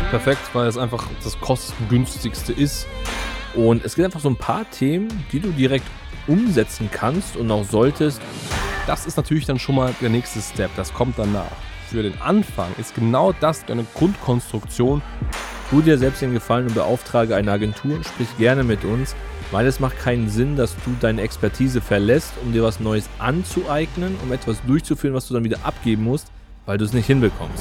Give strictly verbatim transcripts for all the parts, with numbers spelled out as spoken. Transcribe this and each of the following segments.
perfekt, weil es einfach das kostengünstigste ist. Und es gibt einfach so ein paar Themen, die du direkt umsetzen kannst und auch solltest. Das ist natürlich dann schon mal der nächste Step, das kommt danach. Für den Anfang ist genau das deine Grundkonstruktion. Tu dir selbst den Gefallen und beauftrage eine Agentur, sprich gerne mit uns, weil es macht keinen Sinn, dass du deine Expertise verlässt, um dir was Neues anzueignen, um etwas durchzuführen, was du dann wieder abgeben musst, weil du es nicht hinbekommst.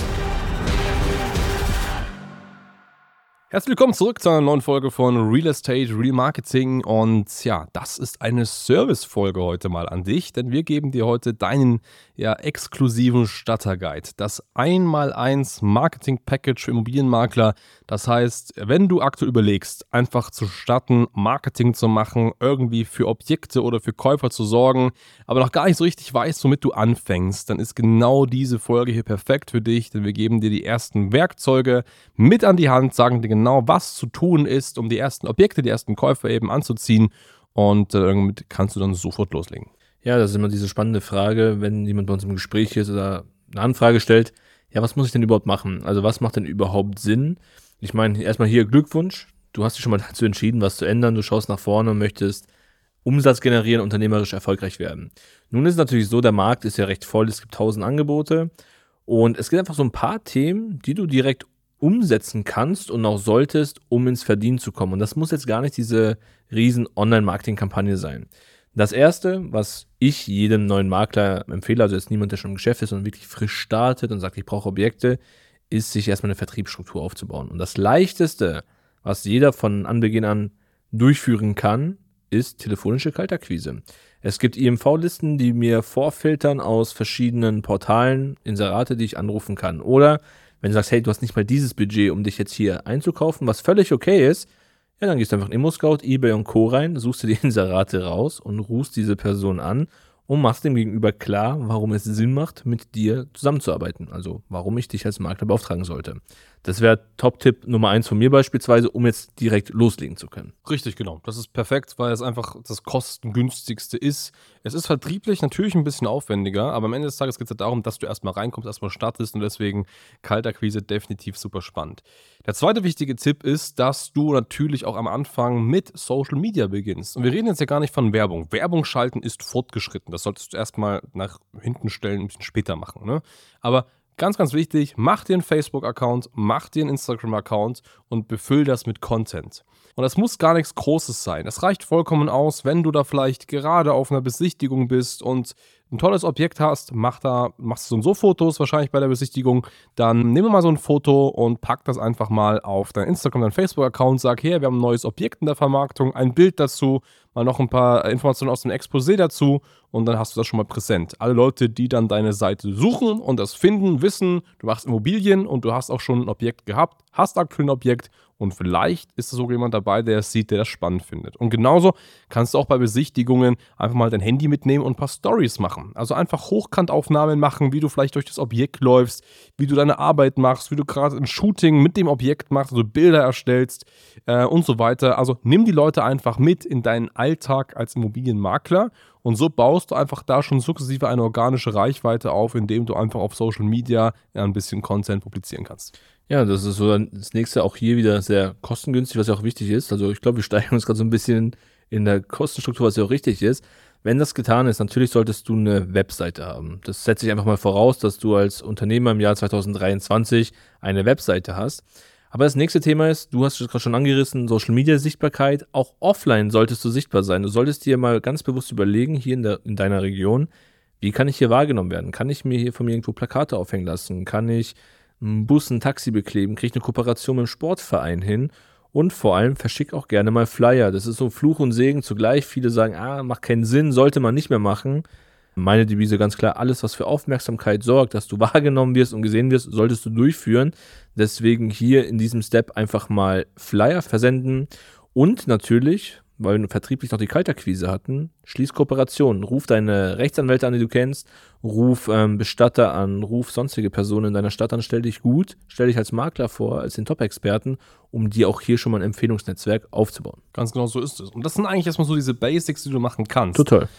Herzlich willkommen zurück zu einer neuen Folge von Real Estate, Real Marketing und ja, das ist eine Service-Folge heute mal an dich, denn wir geben dir heute deinen ja, exklusiven Starter-Guide, das eins mal eins Marketing-Package für Immobilienmakler. Das heißt, wenn du aktuell überlegst, einfach zu starten, Marketing zu machen, irgendwie für Objekte oder für Käufer zu sorgen, aber noch gar nicht so richtig weißt, womit du anfängst, dann ist genau diese Folge hier perfekt für dich, denn wir geben dir die ersten Werkzeuge mit an die Hand, sagen dir genau, was zu tun ist, um die ersten Objekte, die ersten Käufer eben anzuziehen und äh, damit kannst du dann sofort loslegen. Ja, das ist immer diese spannende Frage, wenn jemand bei uns im Gespräch ist oder eine Anfrage stellt, ja, was muss ich denn überhaupt machen? Also was macht denn überhaupt Sinn? Ich meine, erstmal hier Glückwunsch, du hast dich schon mal dazu entschieden, was zu ändern, du schaust nach vorne und möchtest Umsatz generieren, unternehmerisch erfolgreich werden. Nun ist es natürlich so, der Markt ist ja recht voll, es gibt tausend Angebote und es gibt einfach so ein paar Themen, die du direkt umsetzen kannst und auch solltest, um ins Verdienen zu kommen. Und das muss jetzt gar nicht diese riesen Online-Marketing-Kampagne sein. Das Erste, was ich jedem neuen Makler empfehle, also jetzt niemand, der schon im Geschäft ist, sondern wirklich frisch startet und sagt, ich brauche Objekte, ist, sich erstmal eine Vertriebsstruktur aufzubauen. Und das Leichteste, was jeder von Anbeginn an durchführen kann, ist telefonische Kaltakquise. Es gibt I M V-Listen, die mir vorfiltern aus verschiedenen Portalen, Inserate, die ich anrufen kann. Oder wenn du sagst, hey, du hast nicht mal dieses Budget, um dich jetzt hier einzukaufen, was völlig okay ist, ja, dann gehst du einfach in ImmoScout, eBay und Co. rein, suchst dir die Inserate raus und rufst diese Person an und machst dem Gegenüber klar, warum es Sinn macht, mit dir zusammenzuarbeiten. Also, warum ich dich als Makler beauftragen sollte. Das wäre Top-Tipp Nummer eins von mir beispielsweise, um jetzt direkt loslegen zu können. Richtig, genau. Das ist perfekt, weil es einfach das kostengünstigste ist. Es ist vertrieblich natürlich ein bisschen aufwendiger, aber am Ende des Tages geht es ja darum, dass du erstmal reinkommst, erstmal startest und deswegen Kaltakquise definitiv super spannend. Der zweite wichtige Tipp ist, dass du natürlich auch am Anfang mit Social Media beginnst. Und wir reden jetzt ja gar nicht von Werbung. Werbung schalten ist fortgeschritten. Das solltest du erstmal nach hinten stellen, ein bisschen später machen, ne? Aber ganz, ganz wichtig, mach dir einen Facebook-Account, mach dir einen Instagram-Account und befüll das mit Content. Und das muss gar nichts Großes sein. Es reicht vollkommen aus, wenn du da vielleicht gerade auf einer Besichtigung bist und ein tolles Objekt hast, mach da, machst du so und so Fotos wahrscheinlich bei der Besichtigung, dann nimm mal so ein Foto und pack das einfach mal auf dein Instagram, dein Facebook-Account, sag, hey, wir haben ein neues Objekt in der Vermarktung, ein Bild dazu, mal noch ein paar Informationen aus dem Exposé dazu und dann hast du das schon mal präsent. Alle Leute, die dann deine Seite suchen und das finden, wissen, du machst Immobilien und du hast auch schon ein Objekt gehabt, hast aktuell ein Objekt und vielleicht ist da sogar jemand dabei, der es sieht, der das spannend findet. Und genauso kannst du auch bei Besichtigungen einfach mal dein Handy mitnehmen und ein paar Stories machen. Also einfach Hochkantaufnahmen machen, wie du vielleicht durch das Objekt läufst, wie du deine Arbeit machst, wie du gerade ein Shooting mit dem Objekt machst, also Bilder erstellst äh, und so weiter. Also nimm die Leute einfach mit in deinen Alltag als Immobilienmakler und so baust du einfach da schon sukzessive eine organische Reichweite auf, indem du einfach auf Social Media ja, ein bisschen Content publizieren kannst. Ja, das ist so dann das nächste auch hier wieder sehr kostengünstig, was ja auch wichtig ist. Also ich glaube, wir steigern uns gerade so ein bisschen in der Kostenstruktur, was ja auch richtig ist. Wenn das getan ist, natürlich solltest du eine Webseite haben. Das setze ich einfach mal voraus, dass du als Unternehmer im Jahr zwanzig dreiundzwanzig eine Webseite hast. Aber das nächste Thema ist, du hast es gerade schon angerissen, Social Media Sichtbarkeit. Auch offline solltest du sichtbar sein. Du solltest dir mal ganz bewusst überlegen, hier in, der, in deiner Region, wie kann ich hier wahrgenommen werden? Kann ich mir hier von mir irgendwo Plakate aufhängen lassen? Kann ich einen Bus, ein Taxi bekleben? Kriege ich eine Kooperation mit dem Sportverein hin? Und vor allem verschick auch gerne mal Flyer. Das ist so Fluch und Segen zugleich. Viele sagen, ah, macht keinen Sinn, sollte man nicht mehr machen. Meine Devise ganz klar, alles, was für Aufmerksamkeit sorgt, dass du wahrgenommen wirst und gesehen wirst, solltest du durchführen. Deswegen hier in diesem Step einfach mal Flyer versenden und natürlich, weil wir vertrieblich noch die Kaltakquise hatten, schließ Kooperationen. Ruf deine Rechtsanwälte an, die du kennst, ruf ähm, Bestatter an, ruf sonstige Personen in deiner Stadt an, stell dich gut, stell dich als Makler vor, als den Top-Experten, um dir auch hier schon mal ein Empfehlungsnetzwerk aufzubauen. Ganz genau so ist es. Und das sind eigentlich erstmal so diese Basics, die du machen kannst. Total.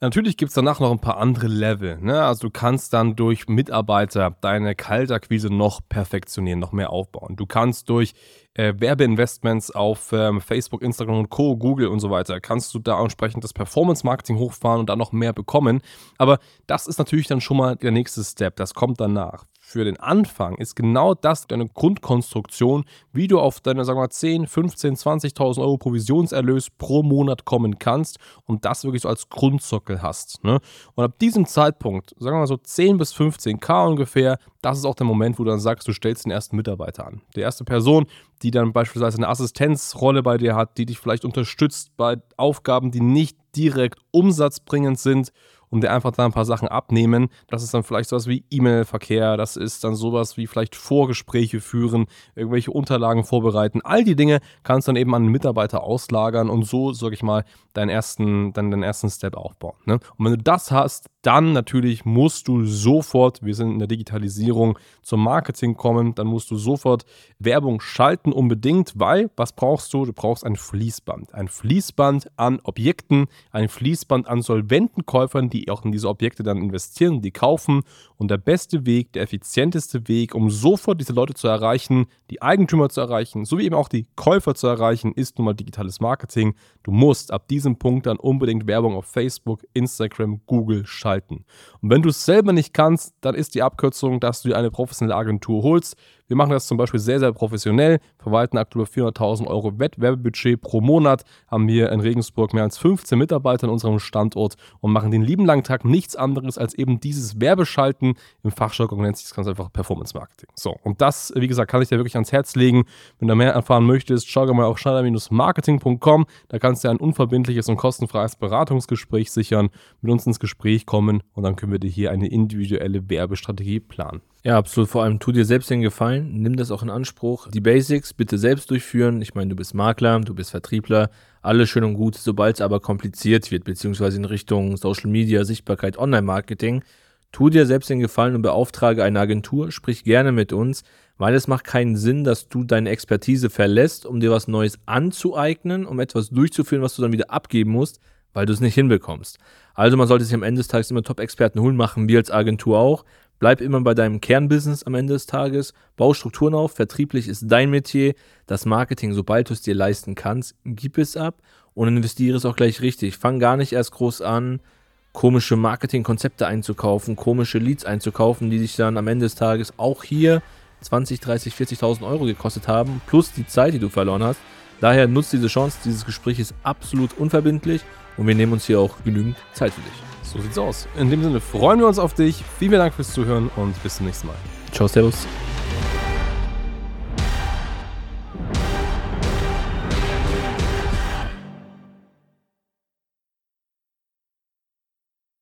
Natürlich gibt es danach noch ein paar andere Level, ne? Also, du kannst dann durch Mitarbeiter deine Kaltakquise noch perfektionieren, noch mehr aufbauen. Du kannst durch, äh, Werbeinvestments auf, ähm, Facebook, Instagram und Co., Google und so weiter kannst du da entsprechend das Performance-Marketing hochfahren und dann noch mehr bekommen. Aber das ist natürlich dann schon mal der nächste Step, das kommt danach. Für den Anfang ist genau das deine Grundkonstruktion, wie du auf deine, sagen wir mal, zehn, fünfzehn, zwanzigtausend Euro Provisionserlös pro Monat kommen kannst und das wirklich so als Grundsockel hast, ne? Und ab diesem Zeitpunkt, sagen wir mal so zehn bis fünfzehn K ungefähr, das ist auch der Moment, wo du dann sagst, du stellst den ersten Mitarbeiter an. Die erste Person, die dann beispielsweise eine Assistenzrolle bei dir hat, die dich vielleicht unterstützt bei Aufgaben, die nicht direkt umsatzbringend sind und dir einfach da ein paar Sachen abnehmen. Das ist dann vielleicht sowas wie E-Mail-Verkehr, das ist dann sowas wie vielleicht Vorgespräche führen, irgendwelche Unterlagen vorbereiten. All die Dinge kannst du dann eben an einen Mitarbeiter auslagern und so, sag ich mal, deinen ersten, dann deinen ersten Step aufbauen, ne? Und wenn du das hast, dann natürlich musst du sofort, wir sind in der Digitalisierung, zum Marketing kommen, dann musst du sofort Werbung schalten unbedingt, weil, was brauchst du? Du brauchst ein Fließband. Ein Fließband an Objekten, ein Fließband an solventen Käufern, die auch in diese Objekte dann investieren, die kaufen. Und der beste Weg, der effizienteste Weg, um sofort diese Leute zu erreichen, die Eigentümer zu erreichen, sowie eben auch die Käufer zu erreichen, ist nun mal digitales Marketing. Du musst ab diesem Punkt dann unbedingt Werbung auf Facebook, Instagram, Google schalten. Und wenn du es selber nicht kannst, dann ist die Abkürzung, dass du dir eine professionelle Agentur holst. Wir machen das zum Beispiel sehr, sehr professionell, verwalten aktuell vierhunderttausend Euro Wettbewerbebudget pro Monat, haben hier in Regensburg mehr als fünfzehn Mitarbeiter an unserem Standort und machen den lieben langen Tag nichts anderes als eben dieses Werbeschalten. Im Fachjargon nennt sich das ganz einfach Performance Marketing. So, und das, wie gesagt, kann ich dir wirklich ans Herz legen. Wenn du mehr erfahren möchtest, schau mal auf schneider Bindestrich marketing punkt com. Da kannst du ein unverbindliches und kostenfreies Beratungsgespräch sichern, mit uns ins Gespräch kommen und dann können wir dir hier eine individuelle Werbestrategie planen. Ja, absolut. Vor allem tu dir selbst den Gefallen, nimm das auch in Anspruch. Die Basics bitte selbst durchführen. Ich meine, du bist Makler, du bist Vertriebler, alles schön und gut. Sobald es aber kompliziert wird, beziehungsweise in Richtung Social Media, Sichtbarkeit, Online-Marketing, tu dir selbst den Gefallen und beauftrage eine Agentur, sprich gerne mit uns, weil es macht keinen Sinn, dass du deine Expertise verlässt, um dir was Neues anzueignen, um etwas durchzuführen, was du dann wieder abgeben musst, weil du es nicht hinbekommst. Also man sollte sich am Ende des Tages immer Top-Experten holen, machen wir als Agentur auch. Bleib immer bei deinem Kernbusiness am Ende des Tages, bau Strukturen auf, vertrieblich ist dein Metier, das Marketing, sobald du es dir leisten kannst, gib es ab und investiere es auch gleich richtig. Fang gar nicht erst groß an, komische Marketingkonzepte einzukaufen, komische Leads einzukaufen, die dich dann am Ende des Tages auch hier zwanzig, dreißig, vierzigtausend Euro gekostet haben, plus die Zeit, die du verloren hast. Daher nutzt diese Chance, dieses Gespräch ist absolut unverbindlich und wir nehmen uns hier auch genügend Zeit für dich. So sieht's aus. In dem Sinne freuen wir uns auf dich. Vielen Dank fürs Zuhören und bis zum nächsten Mal. Ciao, servus.